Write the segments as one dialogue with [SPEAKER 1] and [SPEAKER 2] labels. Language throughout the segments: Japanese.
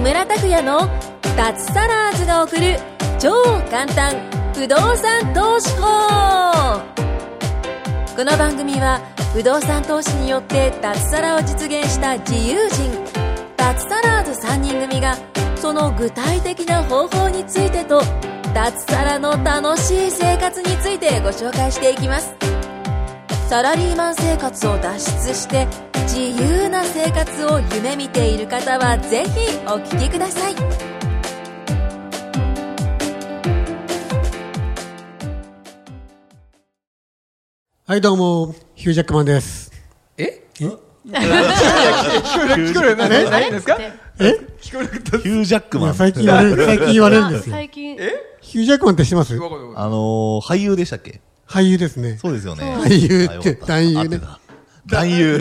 [SPEAKER 1] 村拓哉の脱サラーズが送る超簡単不動産投資法。この番組は不動産投資によって脱サラを実現した自由人脱サラーズ3人組がその具体的な方法についてと脱サラの楽しい生活についてご紹介していきます。サラリーマン生活を脱出して自由な生活を夢見ている方はぜひお聞きください。
[SPEAKER 2] はい、どうもヒュージャックマンです。
[SPEAKER 3] 聞こえないんですか？
[SPEAKER 4] ヒュージャックマン。
[SPEAKER 2] 最近言われるんですよ。ヒュージャックマンって知ってます？
[SPEAKER 4] 俳優でしたっけ？
[SPEAKER 2] 俳優ですね。
[SPEAKER 4] そうですよね。
[SPEAKER 2] 俳優って男優ね。
[SPEAKER 4] 男優。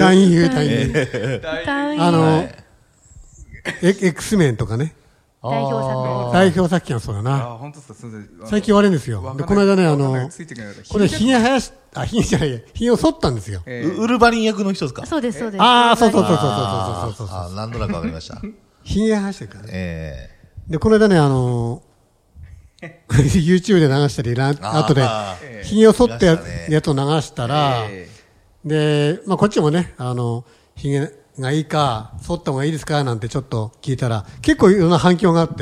[SPEAKER 2] X メンとかね。
[SPEAKER 5] 代
[SPEAKER 2] 表作品はそうだな。
[SPEAKER 3] 本当ですか？
[SPEAKER 2] 最近言われるんですよ。で、この間ね、これヒゲじゃない、ヒゲを剃ったんですよ。
[SPEAKER 4] ウルヴァリン役の人ですか？
[SPEAKER 5] そうです、そうです。
[SPEAKER 2] ああ、そう。
[SPEAKER 4] なんとなくわかりました。
[SPEAKER 2] ヒゲ生やしてるからね。で、この間ね、YouTube で流したり、後で、ヒゲを剃ったやつを流したら、で、まあ、こっちもね、ヒゲがいいか、剃った方がいいですかなんてちょっと聞いたら、結構いろんな反響があって、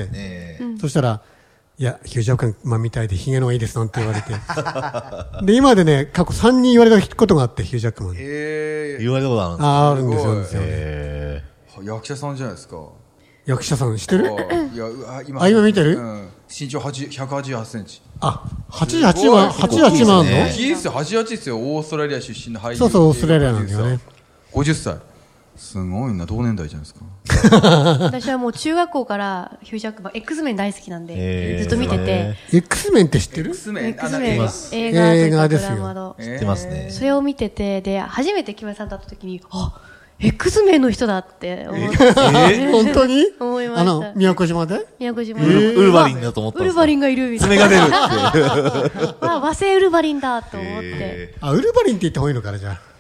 [SPEAKER 2] そしたら、いや、ヒュージャックマンみたいでヒゲの方がいいですなんて言われて。で、今までね、過去3人言われたことがあって、ヒュージャックマンに。
[SPEAKER 4] 言われたことあるんです
[SPEAKER 2] か？あるんですよ。
[SPEAKER 3] 役者さんじゃないですか。
[SPEAKER 2] 役者さん知ってる？
[SPEAKER 3] 今
[SPEAKER 2] 見てる？
[SPEAKER 3] 身長188センチ。
[SPEAKER 2] あ、88万の？
[SPEAKER 3] いいですよ、88ですよ。オーストラリア出身の俳優。
[SPEAKER 2] そう、オーストラリアなんだよね。
[SPEAKER 3] 50歳。すごいな、同年代じゃないですか。
[SPEAKER 5] 私はもう中学校からヒュージャックマン X メン大好きなんでずっと見てて。
[SPEAKER 2] X メンって知ってる？
[SPEAKER 3] X メン
[SPEAKER 5] 映画
[SPEAKER 2] ですよ。
[SPEAKER 4] 知ってますね。
[SPEAKER 5] それを見てて、で初めて木村さんと会った時に、あ、X メンの人だって思って。
[SPEAKER 2] 本当に？
[SPEAKER 5] 思いました。
[SPEAKER 2] 宮古島で？
[SPEAKER 5] 宮古島。
[SPEAKER 4] ウルヴァリンだと思ったんですか？
[SPEAKER 5] ウルヴァリンがいるみたいな。
[SPEAKER 4] 爪が出るって。
[SPEAKER 5] 和製ウルヴァリンだと思って。
[SPEAKER 2] あ、ウルヴァリンって言った方がいいのかな、じゃあ。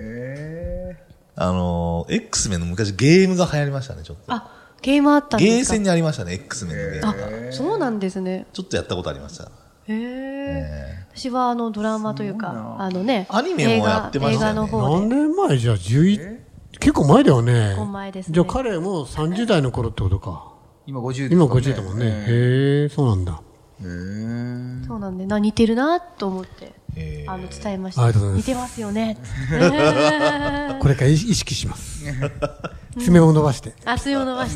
[SPEAKER 4] X メンの昔ゲームが流行りましたね、ちょっと。
[SPEAKER 5] あ、ゲームあったんですか？
[SPEAKER 4] ゲーセンにありましたね、X メンのゲーム。
[SPEAKER 5] あ、そうなんですね。
[SPEAKER 4] ちょっとやったことありました。
[SPEAKER 5] 私はドラマというか、
[SPEAKER 4] アニメもやってましたよね。
[SPEAKER 5] 映画の方で。
[SPEAKER 2] 何年前じゃあ結構前だよね。
[SPEAKER 5] 結構前ですね。
[SPEAKER 2] じゃあ彼も30代の頃ってことか。
[SPEAKER 3] 今50
[SPEAKER 2] だもんね。へえ、そうなんだ。
[SPEAKER 5] そうなんで、似てるなと思って、伝えました。似てますよね。
[SPEAKER 2] これから意識します。爪を伸ばして。
[SPEAKER 5] 爪を伸ばして。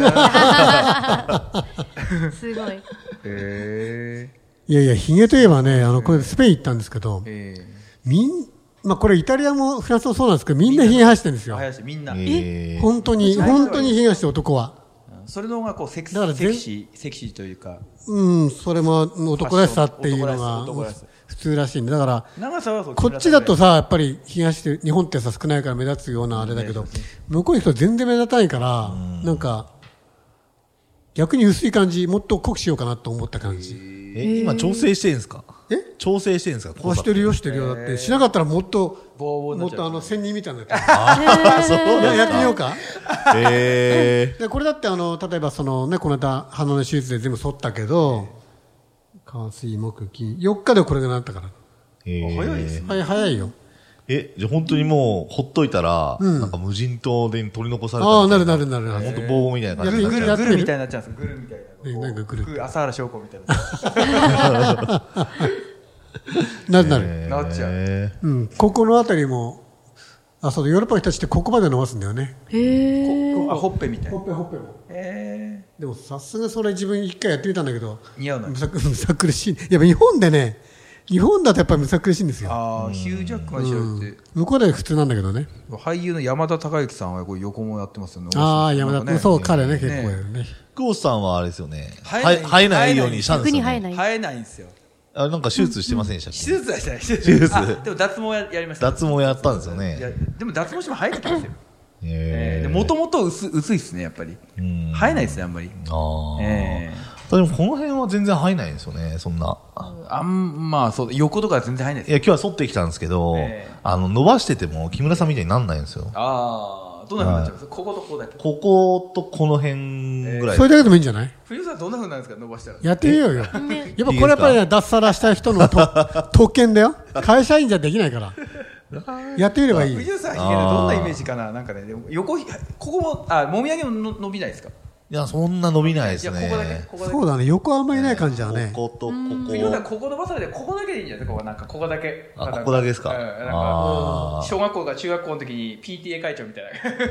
[SPEAKER 5] すごい。
[SPEAKER 2] いや、ヒゲといえばね、これスペイン行ったんですけど、まあこれイタリアもフランスもそうなんですけど、みんなヒゲ生やしてるんですよ。
[SPEAKER 3] みんな。
[SPEAKER 2] 本当にヒゲ生やしてる男は。
[SPEAKER 3] それの方がこうセクシーというか。
[SPEAKER 2] それも男らしさっていうのが普通らしいんで、だからこっちだとさ、やっぱり日本ってさ少ないから目立つようなあれだけど、向こうの人全然目立たないから、なんか逆に薄い感じ、もっと濃くしようかなと思った感じ。
[SPEAKER 4] 今調整してるんですか？調整してるんですか？
[SPEAKER 2] してるよ。だってしなかったらもっと仙人みたいになってる。やってみようか。でこれだって例えばこの間鼻の手術で全部剃ったけど、火水木金4日でこれがなったから。早いですね。早いよ。
[SPEAKER 4] じゃあ本当にもうほっといたら、なんか無人島で取り残されたみたいな。
[SPEAKER 2] なる。
[SPEAKER 4] 本当ボーボーみたいな感じ。
[SPEAKER 3] グルみたいになっちゃうんです。グルみたいな。なんかグル。朝原翔子みたいな。なっちゃう。
[SPEAKER 2] ここのあたりも、そうヨーロッパの人たちってここまで伸ばすんだよね。
[SPEAKER 3] ほっぺみたいな。ほっぺも。
[SPEAKER 2] でもさすがそれ自分一回やってみたんだけど、
[SPEAKER 3] 似合うの。
[SPEAKER 2] むさ苦しい。やっぱ日本だとやっぱりむさ苦しいんですよ。
[SPEAKER 3] ヒュージャックマンしろって。
[SPEAKER 2] 向こうでは普通なんだけどね。
[SPEAKER 3] 俳優の山田孝之さんはこう横もやってますよね。
[SPEAKER 2] 山田、そう、彼ね、結構やるね。
[SPEAKER 4] 久保さんはあれですよね。生えないようにしたんですよね。
[SPEAKER 3] 生えないんですよ。
[SPEAKER 4] なんか手術してませんでしたっけ？
[SPEAKER 3] 手術はしてない。手
[SPEAKER 4] 術。
[SPEAKER 3] でも脱毛やりました。
[SPEAKER 4] 脱毛やったんですよね。
[SPEAKER 3] でも脱毛しても生えてきますよ。もともと薄いですね、やっぱり。生えないですね、あんまり。
[SPEAKER 4] でもこの辺は全然生えないんですよね、そんな。
[SPEAKER 3] まあそう、横とかは全然生えないです。
[SPEAKER 4] いや、今日は剃ってきたんですけど、伸ばしてても木村さんみたいになんないんですよ。
[SPEAKER 3] どんな風になっちゃいます？こことここだけ。
[SPEAKER 4] こことこの辺ぐらい。
[SPEAKER 2] それだけでもいいんじゃない？
[SPEAKER 3] 藤本さんどんな風なんですか伸ばしたら。
[SPEAKER 2] やってみようよ。やっぱこれやっぱりね、脱サラした人の特権だよ。会社員じゃできないから。やってみればいい。
[SPEAKER 3] 藤本さん、ヒゲのどんなイメージかな。なんかね、横、ここも、もみあげも伸びないですか？
[SPEAKER 4] いや、そんな伸びないですね。
[SPEAKER 3] いや、ここだけ。
[SPEAKER 2] そうだね、横あんまりない感じだね。
[SPEAKER 4] こことここ。
[SPEAKER 3] 藤本さん、ここ伸ばさないで、ここだけでいいんじゃないですか？ここなんか、ここだけ。
[SPEAKER 4] ここだけですか？
[SPEAKER 3] なんか、小学校か中学校の時に PTA 会長みたい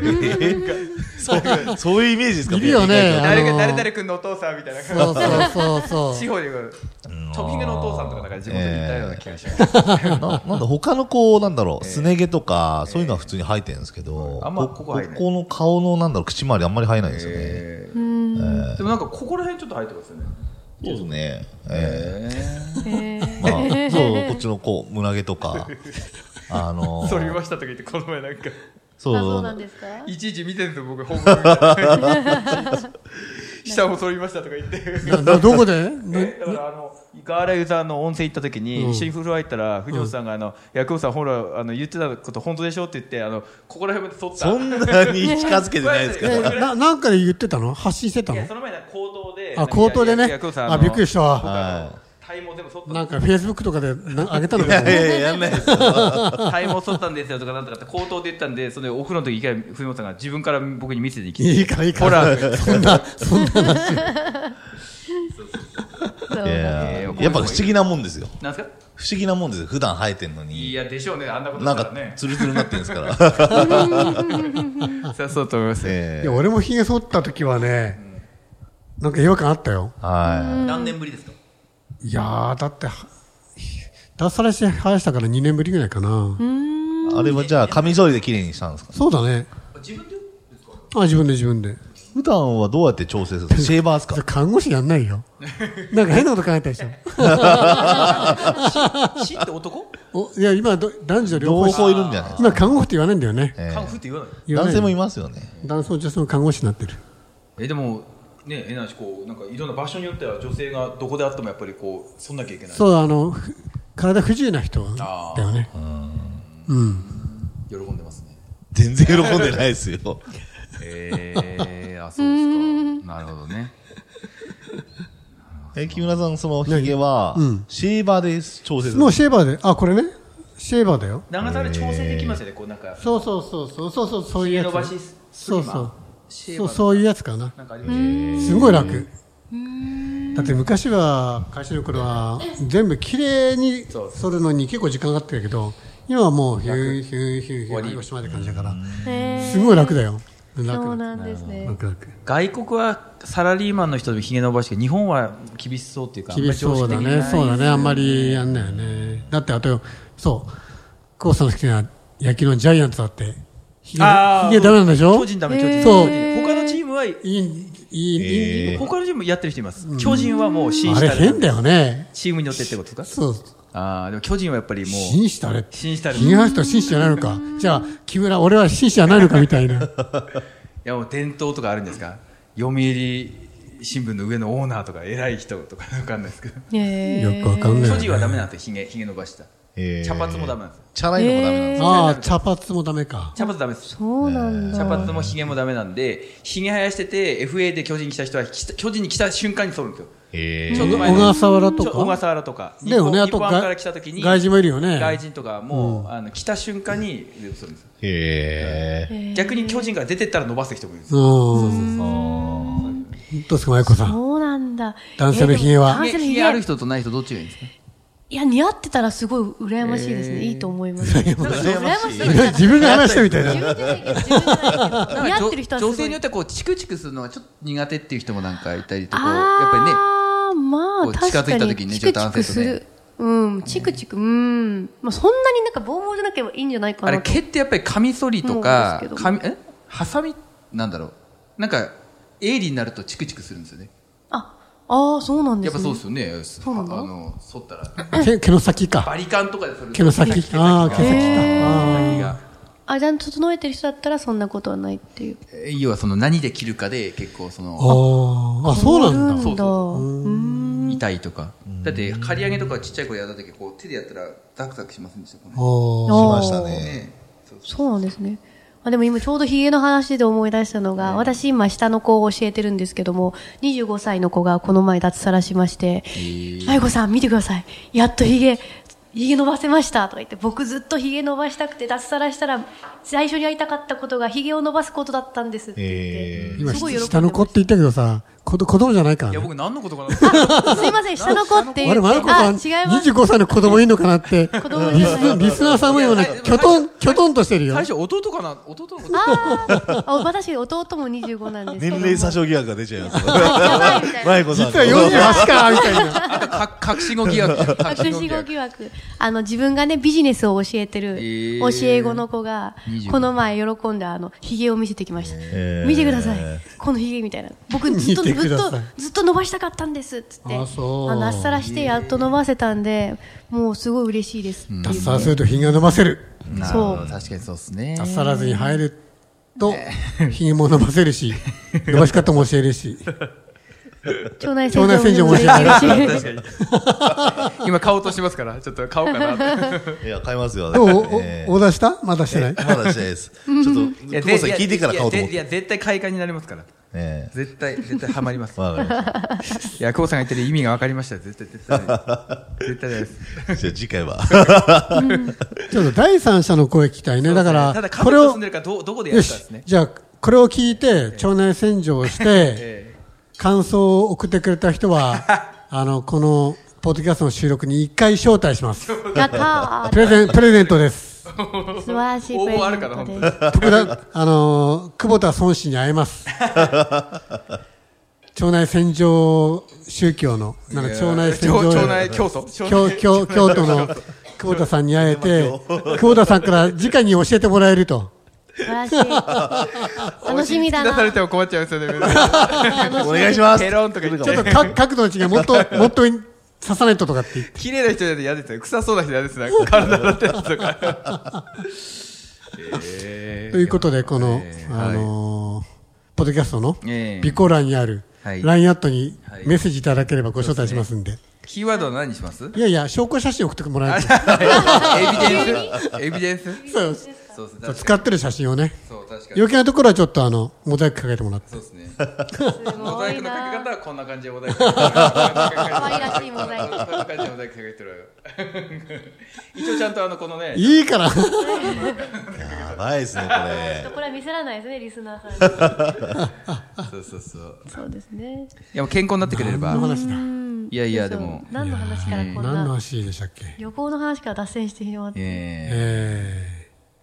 [SPEAKER 4] な。そういうイメージですか？
[SPEAKER 2] いるよね。
[SPEAKER 3] 誰々君のお父さんみたいな。
[SPEAKER 2] そう。
[SPEAKER 3] 地方でちょびひげのお父さんとか、地元にいたような気がします。
[SPEAKER 4] なんだ、他のこう、なんだろう、すね毛とか、そういうのは普通に生えてるんですけど、
[SPEAKER 3] あんまここ生えない。
[SPEAKER 4] ここの顔の、なんだろう、口周りあんまり生えないんですよね。
[SPEAKER 3] でもなんか、ここら辺ちょっと生えてますよね。
[SPEAKER 4] そうですね。そう、こっちのこう、胸毛とか、
[SPEAKER 3] それ見ましたとか言って、この前なんか。
[SPEAKER 5] そうなんですか？
[SPEAKER 3] いちいち見てるんですよ、僕、ホームみたいな。下も剃りましたとか言って。
[SPEAKER 2] どこで？
[SPEAKER 3] だからガーラユさんの温泉行った時に、一緒に風呂入ったら、藤本さんが薬王さん、ほら、言ってたこと本当でしょって言って、ここら辺まで剃った。
[SPEAKER 4] そんなに近づけてないですけど。
[SPEAKER 2] なんかで言ってたの？発信してたの？
[SPEAKER 3] いや、その前に口頭で。
[SPEAKER 2] 口頭でね。びっくりしたわ。なんかフェイスブックとかであげたのかな。
[SPEAKER 4] やんないです。
[SPEAKER 3] 体毛剃ったんですよとかなんとかって口頭で言ったんで、それでお風呂の時一回藤本さんが自分から僕に見せてきて。
[SPEAKER 2] いいから。ほら、そんな話。
[SPEAKER 4] やっぱ不思議なもんですよ。
[SPEAKER 3] なんですか？
[SPEAKER 4] 不思議なもんですよ。普段生えてんのに。
[SPEAKER 3] いやでしょうね、あんなこと
[SPEAKER 4] なんかツルツルになってるんですから。
[SPEAKER 3] そうと思います。
[SPEAKER 2] いや俺もひげ剃った時はね、なんか違和感あったよ。
[SPEAKER 3] 何年ぶりですか？
[SPEAKER 2] いやー、だって、脱サラして生やしたから2年ぶりぐらいかな。
[SPEAKER 4] あれはじゃあ、カミソリで綺麗にしたんですか？
[SPEAKER 2] そうだね。
[SPEAKER 3] 自分でですか？
[SPEAKER 2] 自分で。
[SPEAKER 4] 普段はどうやって調整するんですか？シェーバーですか？
[SPEAKER 2] 看護師やんないよ。なんか変なこと考えたでしょ。
[SPEAKER 3] 死って男？
[SPEAKER 2] いや、今、男女両
[SPEAKER 4] 方いるんじゃないですか？
[SPEAKER 2] 今、看護婦って言わないんだよね。
[SPEAKER 3] 看護婦って言わない？
[SPEAKER 4] 男性もいますよね。
[SPEAKER 2] 男性も女性も看護師になってる。
[SPEAKER 3] でも、ね、変な話、なんかいろんな場所によっては女性がどこであってもやっぱりそんなきゃいけない。
[SPEAKER 2] そう、体不自由な人だよね。
[SPEAKER 3] 喜んでますね。
[SPEAKER 4] 全然喜んでないですよ。
[SPEAKER 3] そうですか。なるほどね。
[SPEAKER 4] 木村さん、そのヒゲは、シェーバーで調整する？
[SPEAKER 2] もうシェーバーで、これね。シェーバーだよ。
[SPEAKER 3] 長さで調整できますよね、なんか。
[SPEAKER 2] そう、そういうやつ。
[SPEAKER 3] 伸ばし、
[SPEAKER 2] そういうやつかな。すごい楽。だって昔は、会社の頃は、全部きれいに剃るのに結構時間かかってるけど、今はもう、ヒュー、おしまいって感じだから、すごい楽だよ。
[SPEAKER 5] そうなんですね。
[SPEAKER 3] 外国はサラリーマンの人でもヒゲ伸ばして、日本は厳しそうっていうか、
[SPEAKER 2] 厳しそうだね、あんまりやんないよね。だって、あと、コウさんの好きな野球のジャイアンツだって、ヒゲダメなんでしょ？
[SPEAKER 3] 巨人ダメ、巨人。
[SPEAKER 2] そう。
[SPEAKER 3] 他のチームはいい。他のチームやってる人います。巨人はもう紳士たれ。
[SPEAKER 2] あれ変だよね。
[SPEAKER 3] チームによってってことですか？
[SPEAKER 2] そう。
[SPEAKER 3] でも巨人はやっぱりもう。
[SPEAKER 2] 紳士たれ。
[SPEAKER 3] 紳士たれ。
[SPEAKER 2] ヒゲ生やすと紳士じゃないのか。じゃあ、木村、俺は紳士じゃないのかみたいな。い
[SPEAKER 3] やもう伝統とかあるんですか？読売新聞の上のオーナーとか偉い人とかわかんないですけど。
[SPEAKER 2] よくわかんない。
[SPEAKER 3] 巨人はダメなんですよ、ヒゲ伸ばした。茶髪もダメなんですよ。
[SPEAKER 4] チャラいのもダメなんです
[SPEAKER 2] 茶髪もダメか。
[SPEAKER 3] 茶髪ダメです。
[SPEAKER 5] そうなんだ。
[SPEAKER 3] 茶髪もヒゲもダメなんで、ヒゲ生やしてて FA で巨人に来た人は巨人に来た瞬間に剃るんですよ。
[SPEAKER 2] ちょっと前の小笠原とか。
[SPEAKER 3] 小笠原とか。
[SPEAKER 2] だよね、あと
[SPEAKER 3] から来た時に
[SPEAKER 2] 外人もいるよね。
[SPEAKER 3] 外人とかも来た瞬間に剃るんですよ。逆に巨人から出てったら伸ばす人もいるんですよ。
[SPEAKER 2] どうですか、まゆこさん。
[SPEAKER 5] そうなんだ。
[SPEAKER 2] 男性のヒゲは。
[SPEAKER 3] ヒゲある人とない人どっちがいいんですか？
[SPEAKER 5] いや、似合ってたらすごい羨ましいですね。いいと思います。
[SPEAKER 2] 羨ましい。自分が話したみたいな。
[SPEAKER 5] 似合ってる人はすごい。
[SPEAKER 3] 女性によってはチクチクするのがちょっと苦手っていう人もなんかいたりとか、やっぱりね。
[SPEAKER 5] まあ、確かに。
[SPEAKER 3] 近づいた時にね、ちょっと男性とね。
[SPEAKER 5] チクチク、まあ、そんなになんかボーボーじゃなければいいんじゃないかなと。
[SPEAKER 3] あれ、毛ってやっぱりカミソリとか、ハサミなんだろう。なんか、鋭利になるとチクチクするんですよね。
[SPEAKER 5] そうなんですね。
[SPEAKER 3] やっぱそうですよね。
[SPEAKER 5] そうなんだ。
[SPEAKER 3] 剃ったら。
[SPEAKER 2] 毛の先か。
[SPEAKER 3] バリカンとかで剃る。
[SPEAKER 2] 毛の先。毛先か。
[SPEAKER 5] じゃあ整えてる人だったらそんなことはないっていう。
[SPEAKER 3] 要は何で切るかで結構
[SPEAKER 2] そうなんだ。
[SPEAKER 3] そう。痛いとか。だって刈り上げとかちっちゃい子やった時手でやったらザクザクしませんでしたかね。
[SPEAKER 4] しましたね。
[SPEAKER 5] そうなんですね。 でも今ちょうどヒゲの話で思い出したのが、私今下の子を教えてるんですけども、25歳の子がこの前脱サラしまして、愛子さん見てください。やっとヒゲ伸ばせましたとか言って、僕ずっとヒゲ伸ばしたくて脱サラしたら最初にやりたかったことがヒゲを伸ばすことだったんですって言って、
[SPEAKER 2] 今下の子って言ったけどさ、子供じゃないからね。
[SPEAKER 3] いや僕何のことかな。
[SPEAKER 5] すいません、下の子って言って。
[SPEAKER 2] マルコさん25歳の子供いいのかなって。リスナーさんも今ね、きょとんとしてるよ。
[SPEAKER 3] 最初弟かな、弟のこと。
[SPEAKER 5] 私弟も25なんですけど。
[SPEAKER 4] 年齢詐称疑惑が出ちゃいます。
[SPEAKER 5] やばいみたいな。
[SPEAKER 4] マイコさん。
[SPEAKER 2] 実は48かみたい
[SPEAKER 3] な。隠し子疑惑。
[SPEAKER 5] 隠し子疑惑。自分がねビジネスを教えてる教え子の子がこの前喜んでヒゲを見せてきました。見てください。このヒゲみたいな。僕ずっと伸ばしたかったんですっつって。脱サラしてやっと伸ばせたんで、もうすごい嬉しいです。
[SPEAKER 2] 脱サラするとヒゲが伸ばせる。
[SPEAKER 5] そう。
[SPEAKER 3] 確かにそうですね。
[SPEAKER 2] 脱サラずに入るとヒゲも伸ばせるし、伸ばし方も教えるし。
[SPEAKER 5] 腸内洗浄も教えるし。
[SPEAKER 3] 今買おうとしてますから、ちょっと買おうかなって。
[SPEAKER 4] いや、買いますよ。
[SPEAKER 2] でも、オーダーしたまだしてない
[SPEAKER 4] まだしてないです。ちょっと、久保さん聞いてから買おうと思って。
[SPEAKER 3] いや、絶対買い替えになりますから。絶対ハマります。いや、久保さんが言ってる意味が分かりました。絶対です。
[SPEAKER 4] じゃあ次回は。
[SPEAKER 2] ちょっと第三者の声聞きたいね。だから、
[SPEAKER 3] ただ、家族住んでるからどこでやるかですね。
[SPEAKER 2] じゃあ、これを聞いて、腸内洗浄をして、感想を送ってくれた人は、この、ポッドキャストの収録に1回招待します。
[SPEAKER 5] やった
[SPEAKER 2] プレゼントです。
[SPEAKER 5] 素晴らしいプレゼントです。応募あるかな、本
[SPEAKER 2] 当に。久保田孫子に会えます。腸内洗浄宗教の、腸内洗浄。
[SPEAKER 3] 腸内教祖
[SPEAKER 2] 京都の久保田さんに会えて、久保田さんから直に教えてもらえると。
[SPEAKER 5] 素晴らしい。楽しみだな。
[SPEAKER 3] 出されても困っちゃいますよね。
[SPEAKER 4] お願いします。
[SPEAKER 3] ペロンとか言って。
[SPEAKER 2] ちょっと角度の違い、もっと刺さないととかって言って。
[SPEAKER 3] 綺麗な人じゃ嫌ですよ。臭そうな人嫌ですね。体洗ってるとか。
[SPEAKER 2] ということで、この、ポッドキャストの備考欄にある LINE アットにメッセージいただければご招待しますんで。
[SPEAKER 3] キーワードは何にします？
[SPEAKER 2] いやいや、証拠写真送ってもらえると。
[SPEAKER 3] エビデンス
[SPEAKER 2] そう使ってる写真をね。余計なところはちょっとモザイクかけてもらって。
[SPEAKER 3] そうですね。モザイクのかけ方はこんな感じでモザイク。可
[SPEAKER 5] 愛らしいモザイク。
[SPEAKER 3] こんな感じでモザイクかけてる。一応ちゃんとこのね。
[SPEAKER 2] いいから。や
[SPEAKER 4] ばいですね、これ。
[SPEAKER 5] これは見せらないですね、リスナーさんに。
[SPEAKER 3] そう。
[SPEAKER 5] そうですね。
[SPEAKER 3] いや、もう健康になってくれれば。
[SPEAKER 2] 何の話だ。
[SPEAKER 3] いや、でも。
[SPEAKER 5] 何の話からこんな。
[SPEAKER 2] 何の話でしたっけ？
[SPEAKER 5] 旅行の話から脱線してしまって。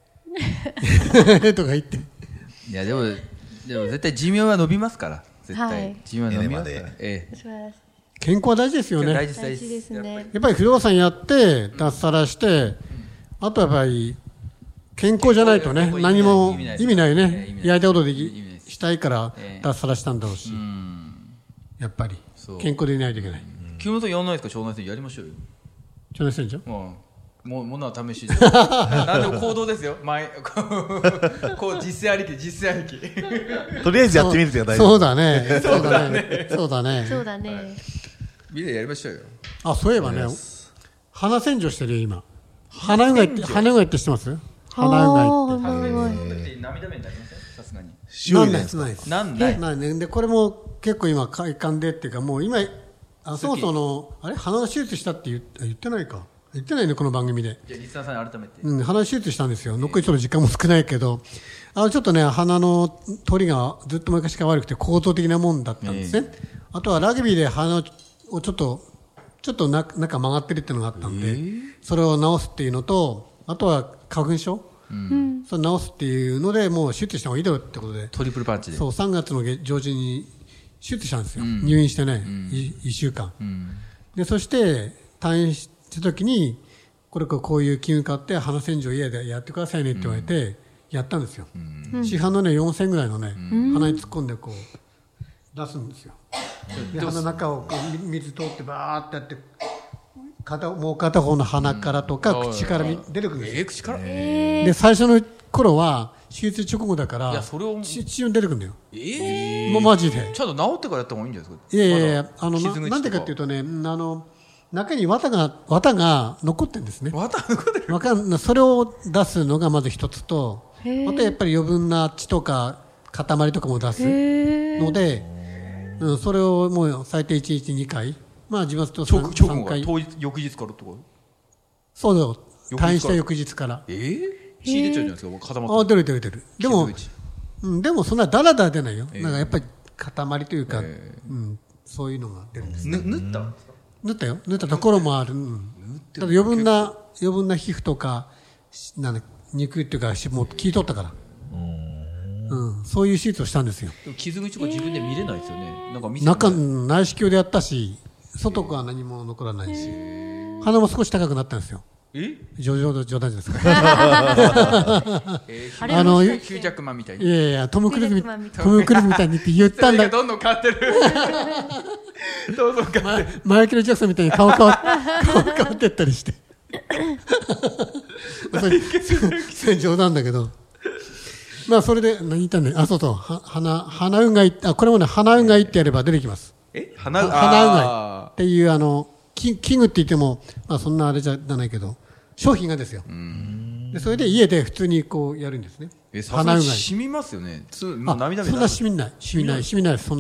[SPEAKER 2] とか言って。
[SPEAKER 3] いや、でも絶対寿命は伸びますから。絶対。寿命は伸びますから。
[SPEAKER 2] 健康は大事ですよね。
[SPEAKER 5] 大事ですね。
[SPEAKER 2] やっぱり不動産やって、脱サラして、あとやっぱり、健康じゃないとね、何も意味ないね。やりたいことしたいから脱サラしたんだろうし。やっぱり、健康でいないといけない。
[SPEAKER 3] 木村さんやんないですか？腸内洗浄やりましょうよ。
[SPEAKER 2] 腸内洗浄？
[SPEAKER 3] ものは試しで。何でも行動ですよ。こう実践ありき。
[SPEAKER 4] とりあえずやってみるって大事。
[SPEAKER 2] そうだね。
[SPEAKER 3] みんなやりましょうよ。
[SPEAKER 2] あ、そういえばね、鼻洗浄してるよ今。鼻うがいって知ってます？鼻うがいって。
[SPEAKER 3] 涙目になりません？さすがに。
[SPEAKER 2] なんでこれも結構今快感でっていうか、もう今そもそも鼻の手術したって言ってないか。言ってないね、この番組で。
[SPEAKER 3] じゃあ、リスナーさんに改めて。
[SPEAKER 2] 鼻手術したんですよ。残りちょっと時間も少ないけど、ちょっとね、鼻の通りがずっと昔から悪くて構造的なもんだったんですね。あとはラグビーで鼻をちょっと中曲がってるっていうのがあったんで、それを治すっていうのと、あとは花粉症、それを治すっていうので、もう手術した方がいいだろうってことで。
[SPEAKER 3] トリプルパンチで。
[SPEAKER 2] そう、3月の上旬に手術したんですよ。入院してね、1週間。で、そして、退院した時に、こういう器具買って鼻洗浄家でやってくださいねって言われて、やったんですよ。市販のね、4000ぐらいのね、鼻に突っ込んでこう、出すんですよ。で、鼻の中を水通ってバーってやって、もう片方の鼻からとか口から出てくるんですよ。
[SPEAKER 3] 口から
[SPEAKER 2] で、最初の頃は、手術直後だから、血を出てくるんだよ。もうマジで。
[SPEAKER 3] ちゃんと治ってからやった方がいいんじゃないですか？
[SPEAKER 2] いや、なんでかっていうとね、中に綿が残ってるんですね。
[SPEAKER 3] 綿残ってる？
[SPEAKER 2] それを出すのがまず一つと、 あとやっぱり余分な血とか塊とかも出すので、それをもう最低1日2回、まあ自分と3回。
[SPEAKER 3] 翌日からとか。
[SPEAKER 2] そうだよ。退院した翌日から。
[SPEAKER 3] 血出ちゃうじゃないですか、固まって。
[SPEAKER 2] 出る。でもそんなダラダラ出ないよ。なんかやっぱり塊というか、そういうのが出るんです。
[SPEAKER 3] 縫ったんですか？
[SPEAKER 2] 縫ったよ。縫ったところもある。ただ余分な皮膚とか、肉っていうか、もう切り取ったから。そういう手術をしたんですよ。
[SPEAKER 3] でも傷口とか自分で見れないですよね。
[SPEAKER 2] 内視鏡でやったし、外から何も残らないし、鼻も少し高くなったんですよ。冗談じゃないですか。
[SPEAKER 3] ヒュージャックマンみたいに。
[SPEAKER 2] いやトム・クルーズみたいにって言ったんだ。
[SPEAKER 3] どんどん変わってる。どんどん変わってる。
[SPEAKER 2] マイケル・ジャクソンみたいに顔変わってったりして。それ冗談だけど。まあそれで何言ったんだよ。そうそう。鼻うがい、これもね、鼻うがいってやれば出てきます。
[SPEAKER 3] 鼻う
[SPEAKER 2] がいっていう器具って言っても、まあそんなあれじゃないけど、商品がですよ。でそれで家で普通にこうやるんですね。
[SPEAKER 3] 鼻うがい。染みますよね。涙
[SPEAKER 2] そんな染みないです。そんな染みないです。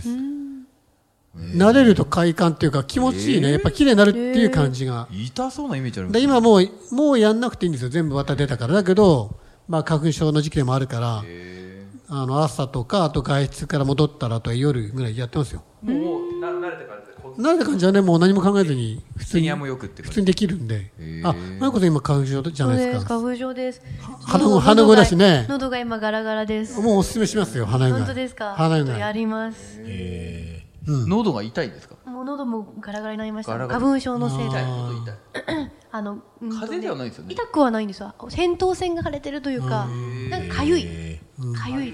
[SPEAKER 2] 慣れると快感っていうか気持ちいいね。やっぱ綺麗になるっていう感じが。
[SPEAKER 3] 痛そうなイメージある。
[SPEAKER 2] で今もうやんなくていいんですよ。全部綿出たから。だけど、まあ花粉症の時期でもあるから、朝とか、あと外出から戻ったら、あとは夜ぐらいやってますよ。
[SPEAKER 3] もう慣れた感じで。
[SPEAKER 2] 慣れた感じはね、もう何も考えずに普通にできるんで。マイコさん今花粉症じゃないですか。
[SPEAKER 5] 花粉症です。
[SPEAKER 2] 鼻声だしね。
[SPEAKER 5] 喉が今ガラガラです。
[SPEAKER 2] もうおすすめしますよ、鼻うがい。
[SPEAKER 5] 本当ですか？
[SPEAKER 2] 鼻うがい。
[SPEAKER 5] やります。
[SPEAKER 3] 喉が痛いんですか？
[SPEAKER 5] もう喉もガラガラになりました。花粉症のせいで。
[SPEAKER 3] 風邪ではないですよね。
[SPEAKER 5] 痛くはないんですよ。扁桃腺が腫れてるというか、なんかかゆいです。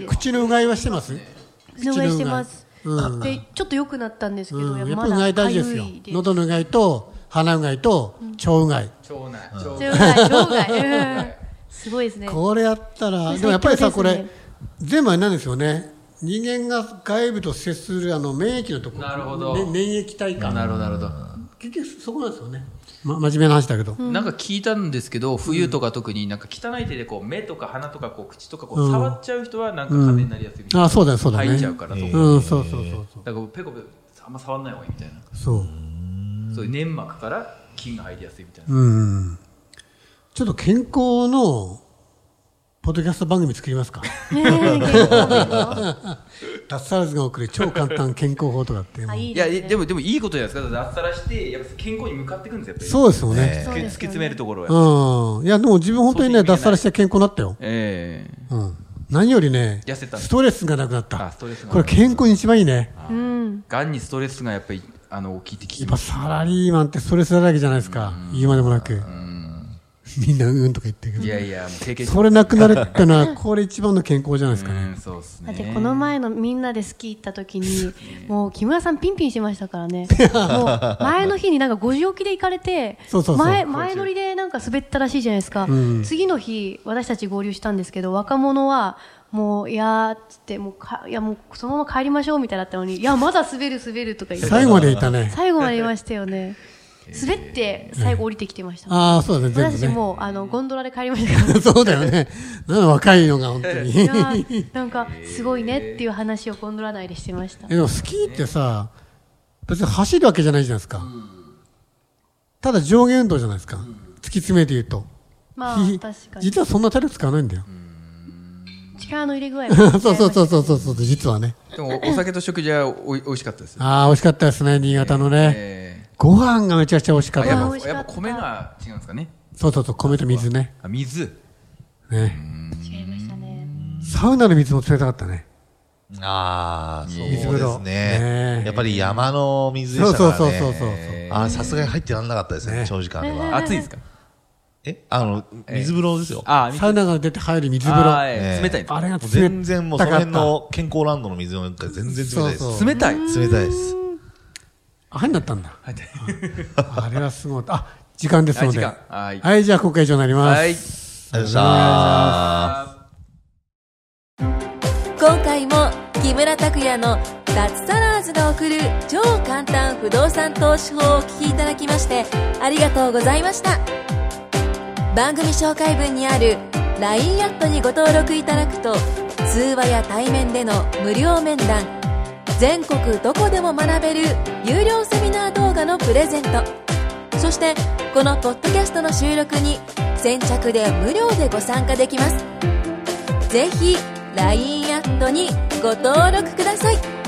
[SPEAKER 2] 口のうがいはしてます？
[SPEAKER 5] 口のうがいしてます。でちょっと良くなったんですけど、
[SPEAKER 2] やっぱりうがい大事ですよ。喉のうがいと鼻うがいと腸うがい。
[SPEAKER 5] 腸内。すごいですね。
[SPEAKER 2] これやったら、でもやっぱりさ、これ全部あれなんですよね。人間が外部と接する免疫のところ。
[SPEAKER 3] なるほど。
[SPEAKER 2] 免疫体感。
[SPEAKER 3] なるほど。
[SPEAKER 2] 結局そこなんですよね。真面目な話だけど。
[SPEAKER 3] なんか聞いたんですけど、冬とか特になんか汚い手でこう目とか鼻とかこう口とかこう触っちゃう人はなんか風邪になりやすいみたいな。
[SPEAKER 2] そうだね。
[SPEAKER 3] 入っちゃうからとか。
[SPEAKER 2] そう。
[SPEAKER 3] だからペコペコあんま触んない方がいいみたいな。
[SPEAKER 2] そう。
[SPEAKER 3] そういう粘膜から菌が入りやすいみたいな。
[SPEAKER 2] ちょっと健康のポッドキャスト番組作りますか。脱サラズが送る超簡単健康法とかって。
[SPEAKER 3] いやでもいいことじゃないですか。脱サラしてやっぱ健康に向かっていくんですよ。
[SPEAKER 2] そうですよね。
[SPEAKER 3] 突き詰めるところは。
[SPEAKER 2] いやでも自分本当にね脱サラして健康になったよ。何よりねストレスがなくなった。これ健康に一番いいね。
[SPEAKER 3] がんにストレスがやっぱり大きいって聞き
[SPEAKER 2] ます。やっぱサラリーマンってストレスだらけじゃないですか。言うまでもなく。みんなとか言ってるけど。
[SPEAKER 3] いやもう経験
[SPEAKER 2] それなくなるってのはこれ一番の健康じゃないですかね。
[SPEAKER 3] そうですね。
[SPEAKER 5] だってこの前のみんなでスキー行った時にもう木村さんピンピンしましたからね。もう前の日になんか5時起きで行かれて、前乗りでなんか滑ったらしいじゃないですか。次の日私たち合流したんですけど、若者はもういやーっつってもうそのまま帰りましょうみたいだったのに、いやまだ滑るとか言って
[SPEAKER 2] 最後までいたね。
[SPEAKER 5] 最後までいましたよね。滑って最後降りてきてました。
[SPEAKER 2] そうだね。
[SPEAKER 5] 私たちもゴンドラで帰りましたから。
[SPEAKER 2] そうだよね。若いのが本当に。
[SPEAKER 5] なんかすごいねっていう話をゴンドラ内でしてました。
[SPEAKER 2] でもスキーってさ、別に走るわけじゃないじゃないですか。ただ上下運動じゃないですか。突き詰めて言うと。
[SPEAKER 5] まあ確かに。
[SPEAKER 2] 実はそんな体力使わないんだよ。
[SPEAKER 5] 力の入れ具合は。
[SPEAKER 2] そう実はね。
[SPEAKER 3] でもお酒と食事は美味しかったです。
[SPEAKER 2] 美味しかったですね、新潟のね。ご飯がめちゃくちゃ美味しかった。
[SPEAKER 3] やっぱ米が違うんですかね。
[SPEAKER 2] そう米と水ね。
[SPEAKER 3] 水。
[SPEAKER 5] ね。違いましたね。
[SPEAKER 2] サウナの水も冷たかったね。
[SPEAKER 4] そうですね。やっぱり山の水でしたからね。
[SPEAKER 2] そう。
[SPEAKER 4] さすがに入ってらんなかったですね、長時間では。
[SPEAKER 3] 暑いですか？
[SPEAKER 4] 水風呂ですよ。
[SPEAKER 2] サウナが出て入る水風呂。
[SPEAKER 3] 冷たい。
[SPEAKER 2] あれが
[SPEAKER 4] 全然もうその辺の健康ランドの水の全然冷たいです。
[SPEAKER 3] 冷たい
[SPEAKER 4] です。
[SPEAKER 2] 入んなったんだ。あれはすごい。時間ですので。はい、じゃあ今回以上になります。
[SPEAKER 4] はい。ありがとうございま
[SPEAKER 1] した。今回も木村拓哉の脱サラーズが送る超簡単不動産投資法をお聞きいただきましてありがとうございました。番組紹介文にある LINE アットにご登録いただくと、通話や対面での無料面談、全国どこでも学べる有料セミナー動画のプレゼント、そしてこのポッドキャストの収録に先着で無料でご参加できます。ぜひ LINE アットにご登録ください。